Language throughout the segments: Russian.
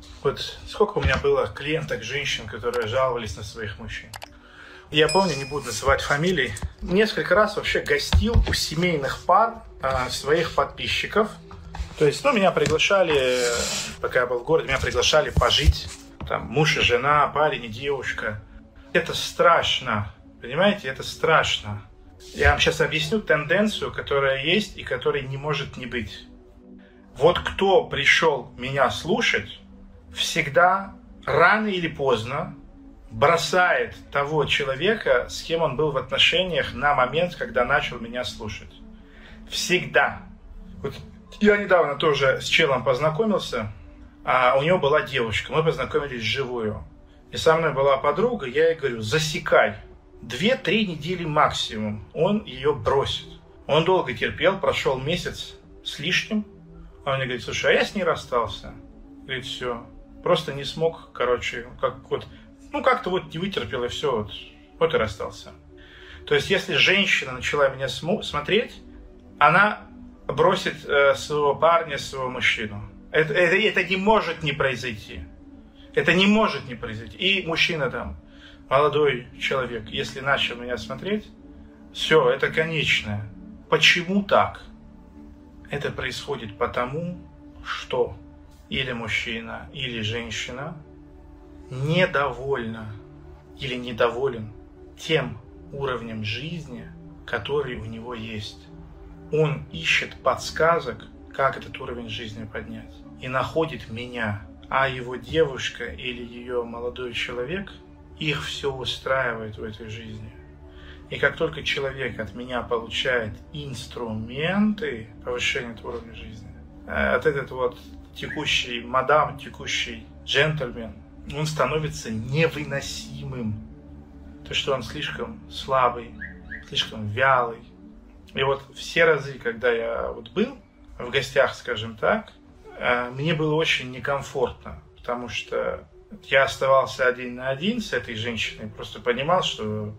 Вот сколько у меня было клиенток, женщин, которые жаловались на своих мужчин. Я помню, не буду называть фамилии, несколько раз вообще гостил у семейных пар своих подписчиков. То есть, меня приглашали, пока я был в городе, меня приглашали пожить. Там муж и жена, парень и девушка. Это страшно, понимаете, это страшно. Я вам сейчас объясню тенденцию, которая есть и которой не может не быть. Вот кто пришел меня слушать, всегда рано или поздно бросает того человека, с кем он был в отношениях на момент, когда начал меня слушать. Всегда. Вот я недавно тоже с челом познакомился, а у него была девушка, мы познакомились вживую. И со мной была подруга, я ей говорю, засекай. 2-3 недели максимум он ее бросит. Он долго терпел, прошел месяц с лишним. Он мне говорит, слушай, а я с ней расстался. Говорит, все, просто не смог, как-то не вытерпел и все, вот и расстался. То есть, если женщина начала меня смотреть, она бросит своего парня, своего мужчину. Это не может не произойти. Это не может не произойти. И мужчина там, молодой человек, если начал меня смотреть, все, это конечное. Почему так? Это происходит потому, что или мужчина, или женщина недовольна или недоволен тем уровнем жизни, который у него есть. Он ищет подсказок, как этот уровень жизни поднять. И находит меня. А его девушка или ее молодой человек, их все устраивает в этой жизни. И как только человек от меня получает инструменты повышения этого уровня жизни, этот текущий мадам, текущий джентльмен, он становится невыносимым. То, что он слишком слабый, слишком вялый. И все разы, когда я был в гостях, скажем так, мне было очень некомфортно, потому что я оставался один на один с этой женщиной, просто понимал, что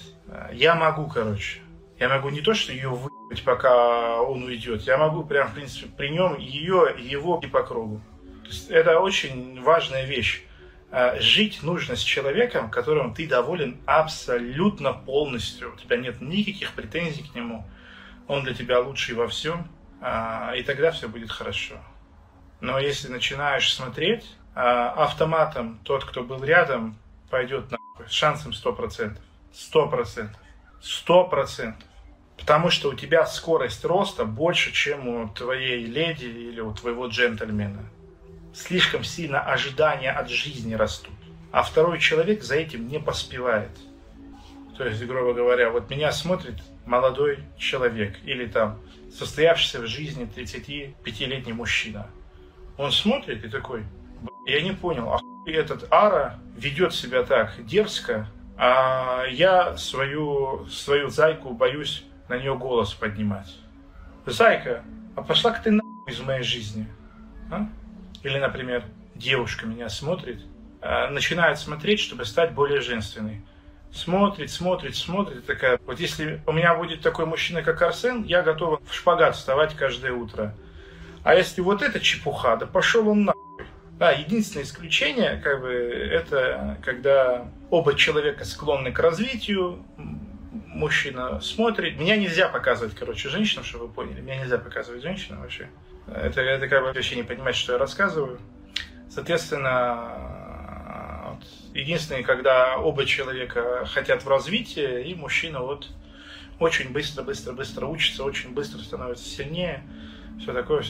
я могу не то, что ее выебать, пока он уйдет, я могу прям, в принципе, при нем ее и его и по кругу. То есть это очень важная вещь. Жить нужно с человеком, которым ты доволен абсолютно полностью. У тебя нет никаких претензий к нему. Он для тебя лучший во всем, и тогда все будет хорошо. Но если начинаешь смотреть, автоматом тот, кто был рядом, пойдет нахуй. С шансом 100%. 100%. 100%. Потому что у тебя скорость роста больше, чем у твоей леди или у твоего джентльмена. Слишком сильно ожидания от жизни растут. А второй человек за этим не поспевает. То есть, грубо говоря, меня смотрит молодой человек или состоявшийся в жизни 35-летний мужчина. Он смотрит и такой, я не понял, этот Ара ведет себя так дерзко, а я свою зайку боюсь на нее голос поднимать. Зайка, а пошла-ка ты нахуй из моей жизни. А? Или, например, девушка меня смотрит, начинает смотреть, чтобы стать более женственной. Смотрит, и такая, если у меня будет такой мужчина, как Арсен, я готова в шпагат вставать каждое утро. А если это чепуха, да пошел он нахуй. Да, единственное исключение, это когда оба человека склонны к развитию, мужчина смотрит. Меня нельзя показывать, женщинам, чтобы вы поняли. Меня нельзя показывать женщинам вообще. Это вообще не понимать, что я рассказываю. Соответственно, единственное, когда оба человека хотят в развитии, и мужчина очень быстро учится, очень быстро становится сильнее. Все такое.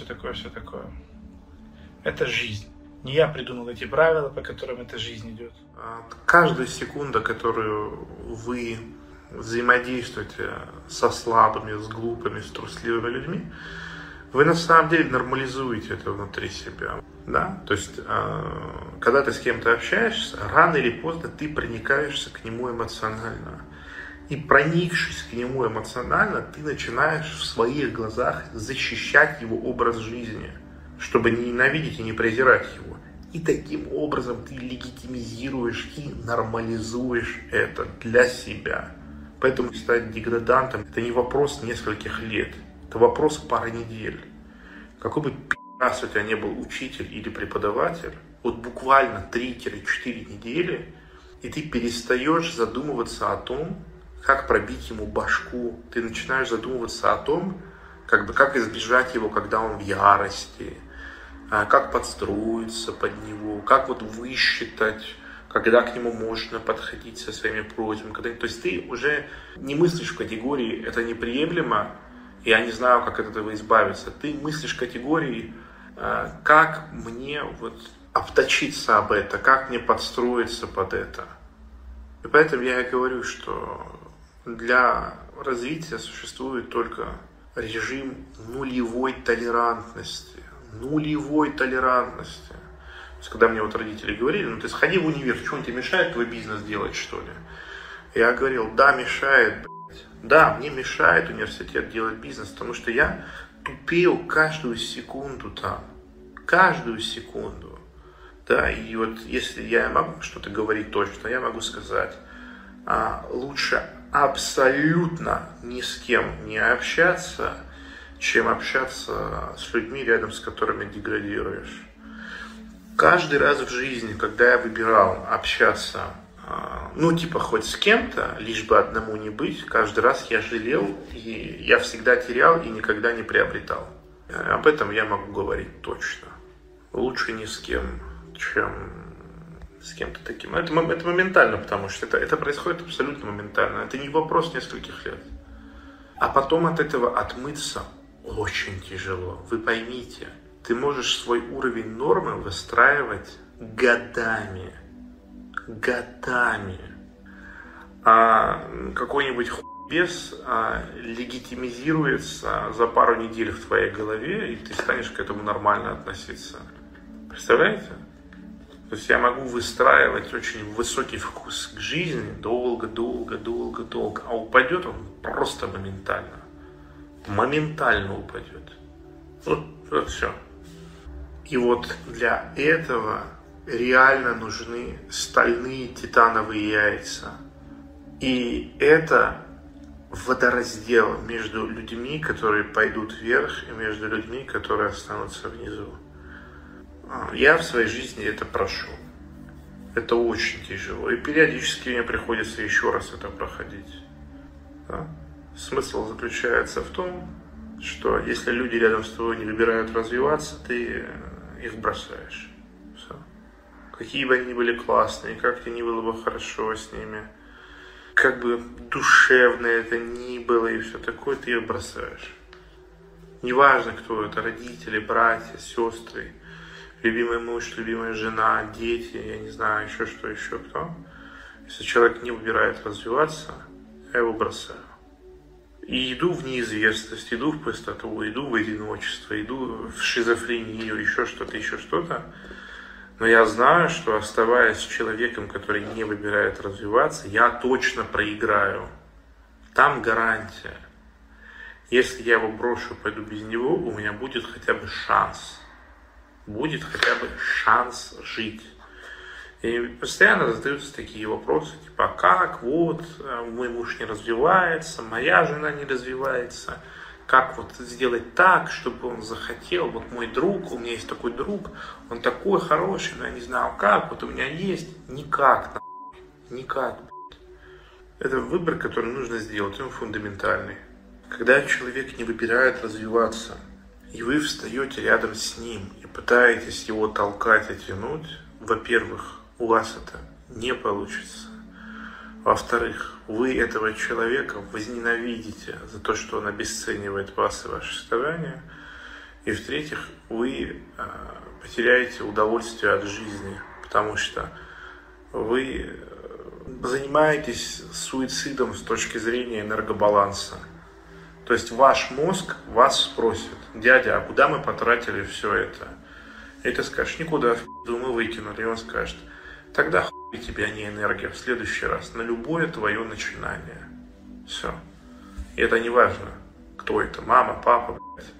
Это жизнь. Не я придумал эти правила, по которым эта жизнь идет. Каждая секунда, которую вы взаимодействуете со слабыми, с глупыми, с трусливыми людьми, вы на самом деле нормализуете это внутри себя. Да? То есть, когда ты с кем-то общаешься, рано или поздно ты проникаешься к нему эмоционально. И проникшись к нему эмоционально, ты начинаешь в своих глазах защищать его образ жизни, чтобы не ненавидеть и не презирать его. И таким образом ты легитимизируешь и нормализуешь это для себя. Поэтому стать деградантом – это не вопрос нескольких лет, это вопрос пары недель. Какой бы раз у тебя не был учитель или преподаватель, вот буквально 3-4 недели, и ты перестаешь задумываться о том, как пробить ему башку. Ты начинаешь задумываться о том, как избежать его, когда он в ярости, как подстроиться под него, как вот высчитать, когда к нему можно подходить со своими просьбами. То есть ты уже не мыслишь в категории «это неприемлемо, я не знаю, как от этого избавиться». Ты мыслишь в категории «как мне вот обточиться об это, как мне подстроиться под это». И поэтому я и говорю, что для развития существует только режим нулевой толерантности. Нулевой толерантности. То есть, когда мне вот родители говорили, ты сходи в универ, что он тебе мешает твой бизнес делать, что ли? Я говорил, да, мешает, блядь. Да, мне мешает университет делать бизнес, потому что я тупею каждую секунду там. Каждую секунду. Да, и вот если я могу что-то говорить точно, я могу сказать, лучше абсолютно ни с кем не общаться, чем общаться с людьми, рядом с которыми деградируешь. Каждый раз в жизни, когда я выбирал общаться, хоть с кем-то, лишь бы одному не быть, каждый раз я жалел, и я всегда терял и никогда не приобретал. Об этом я могу говорить точно. Лучше ни с кем, чем с кем-то таким. Это моментально, потому что это происходит абсолютно моментально. Это не вопрос нескольких лет. А потом от этого отмыться очень тяжело. Вы поймите, ты можешь свой уровень нормы выстраивать годами. Годами. А какой-нибудь хуйбес легитимизируется за пару недель в твоей голове, и ты станешь к этому нормально относиться. Представляете? То есть я могу выстраивать очень высокий вкус к жизни долго, а упадет он просто моментально. Моментально упадет. Вот все. И вот для этого реально нужны стальные титановые яйца. И это водораздел между людьми, которые пойдут вверх, и между людьми, которые останутся внизу. Я в своей жизни это прошел. Это очень тяжело. И периодически мне приходится еще раз это проходить. Да? Смысл заключается в том, что если люди рядом с тобой не выбирают развиваться, ты их бросаешь. Все. Какие бы они ни были классные, как тебе ни было бы хорошо с ними, как бы душевно это ни было и все такое, ты их бросаешь. Неважно, кто это, родители, братья, сестры, любимый муж, любимая жена, дети, я не знаю, еще кто. Если человек не выбирает развиваться, я его бросаю. И иду в неизвестность, иду в пустоту, иду в одиночество, иду в шизофрению, еще что-то. Но я знаю, что оставаясь человеком, который не выбирает развиваться, я точно проиграю. Там гарантия. Если я его брошу, пойду без него, у меня будет хотя бы шанс. Будет хотя бы шанс жить. И постоянно задаются такие вопросы, типа, как вот мой муж не развивается, моя жена не развивается, как вот сделать так, чтобы он захотел, вот мой друг, у меня есть такой друг, он такой хороший, но я не знаю как, вот у меня есть, никак, никак. Это выбор, который нужно сделать, он фундаментальный. Когда человек не выбирает развиваться, и вы встаете рядом с ним и пытаетесь его толкать и тянуть, во-первых, у вас это не получится. Во-вторых, вы этого человека возненавидите за то, что он обесценивает вас и ваши старания. И в-третьих, вы потеряете удовольствие от жизни, потому что вы занимаетесь суицидом с точки зрения энергобаланса. То есть ваш мозг вас спросит: дядя, а куда мы потратили все это? И ты скажешь: никуда, мы выкинули. И он скажет: тогда хуй тебе, а не энергия, в следующий раз на любое твое начинание. Все. И это не важно, кто это, мама, папа, блядь,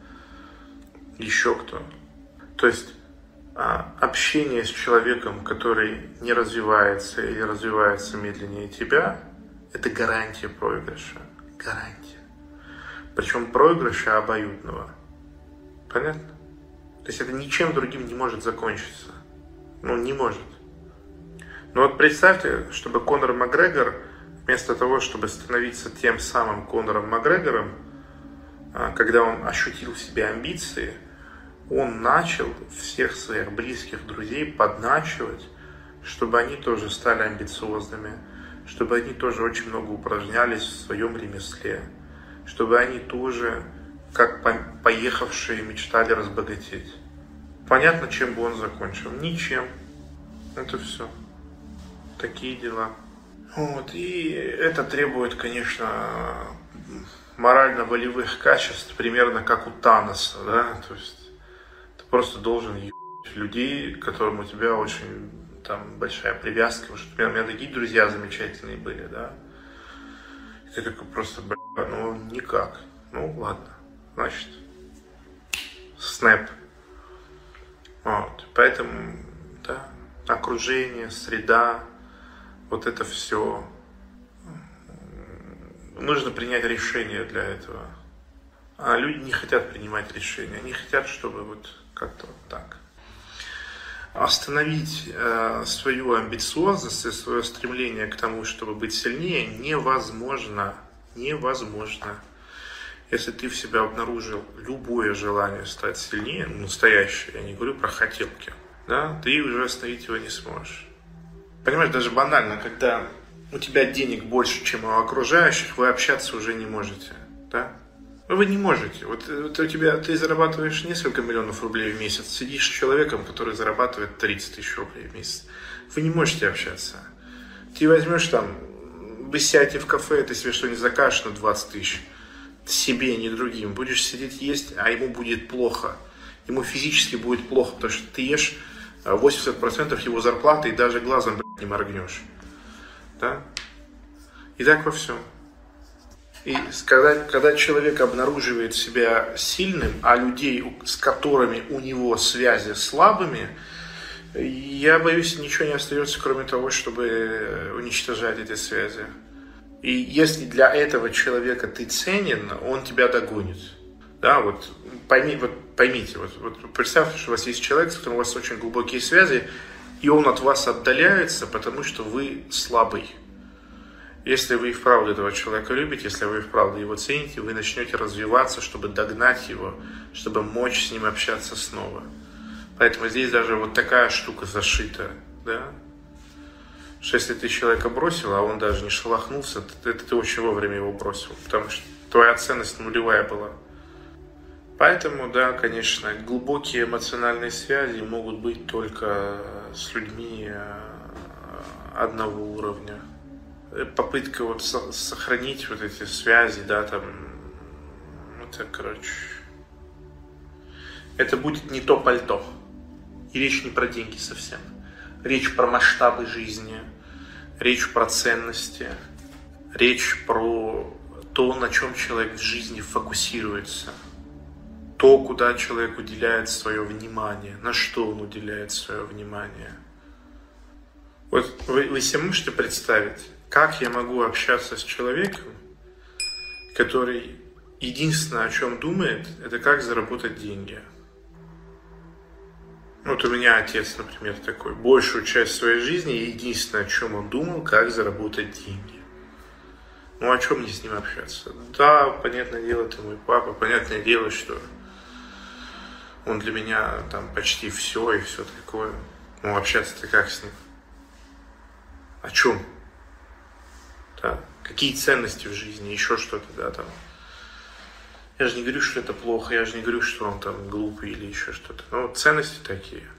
еще кто. То есть общение с человеком, который не развивается или развивается медленнее тебя, это гарантия проигрыша. Гарантия. Причем проигрыша обоюдного. Понятно? есть это ничем другим не может закончиться. Ну, не может. Но вот представьте, чтобы Конор Макгрегор, вместо того, чтобы становиться тем самым Конором Макгрегором, когда он ощутил в себе амбиции, он начал всех своих близких друзей подначивать, чтобы они тоже стали амбициозными, чтобы они тоже очень много упражнялись в своем ремесле, чтобы они тоже, как поехавшие, мечтали разбогатеть. Понятно, чем бы он закончил? Ничем. Это все. Такие дела. Вот. И это требует, конечно, морально-волевых качеств, примерно как у Таноса, да, то есть ты просто должен ебать людей, к которым у тебя очень там большая привязка, потому что у меня такие друзья замечательные были, да, и ты такой просто, ну никак, ну ладно, значит, снэп, вот, поэтому, да, окружение, среда, вот это все. Нужно принять решение для этого. А люди не хотят принимать решения. Они хотят, чтобы вот как-то вот так. Остановить свою амбициозность и свое стремление к тому, чтобы быть сильнее, невозможно. Невозможно. Если ты в себе обнаружил любое желание стать сильнее, настоящее, я не говорю про хотелки, да, ты уже остановить его не сможешь. Понимаешь, даже банально, когда у тебя денег больше, чем у окружающих, вы общаться уже не можете, да? Вы не можете. Вот у тебя, ты зарабатываешь несколько миллионов рублей в месяц, сидишь с человеком, который зарабатывает 30 тысяч рублей в месяц. Вы не можете общаться. Ты возьмешь там, вы сядете в кафе, ты себе что-нибудь закажешь на 20 тысяч, себе, не другим. Будешь сидеть есть, а ему будет плохо. Ему физически будет плохо, потому что ты ешь 80% его зарплаты и даже глазом, блядь, не моргнешь. Да? И так во всем. И когда человек обнаруживает себя сильным, а людей, с которыми у него связи слабыми, я боюсь, ничего не остается, кроме того, чтобы уничтожать эти связи. И если для этого человека ты ценен, он тебя догонит. Да, вот поймите, вот представьте, что у вас есть человек, с которым у вас очень глубокие связи, и он от вас отдаляется, потому что вы слабый. Если вы и вправду этого человека любите, если вы и вправду его цените, вы начнете развиваться, чтобы догнать его, чтобы мочь с ним общаться снова. Поэтому здесь даже вот такая штука зашита, да? Что если ты человека бросил, а он даже не шелохнулся, это ты очень вовремя его бросил, потому что твоя ценность нулевая была. Поэтому, да, конечно, глубокие эмоциональные связи могут быть только с людьми одного уровня. Попытка вот сохранить вот эти связи, да, там, это, короче, это будет не то пальто. И речь не про деньги совсем. Речь про масштабы жизни, речь про ценности, речь про то, на чем человек в жизни фокусируется. То, куда человек уделяет свое внимание, на что он уделяет свое внимание. Вот вы себе можете представить, как я могу общаться с человеком, который единственное, о чем думает, это как заработать деньги. Вот у меня отец, например, такой. Большую часть своей жизни единственное, о чем он думал, как заработать деньги. Ну, о чем мне с ним общаться? Да, понятное дело, это мой папа. Понятное дело, что он для меня там почти все и все такое. Ну, общаться-то как с ним? О чем? Да. Какие ценности в жизни, еще что-то, да, там. Я же не говорю, что это плохо, я же не говорю, что он там глупый или еще что-то. Но ценности такие.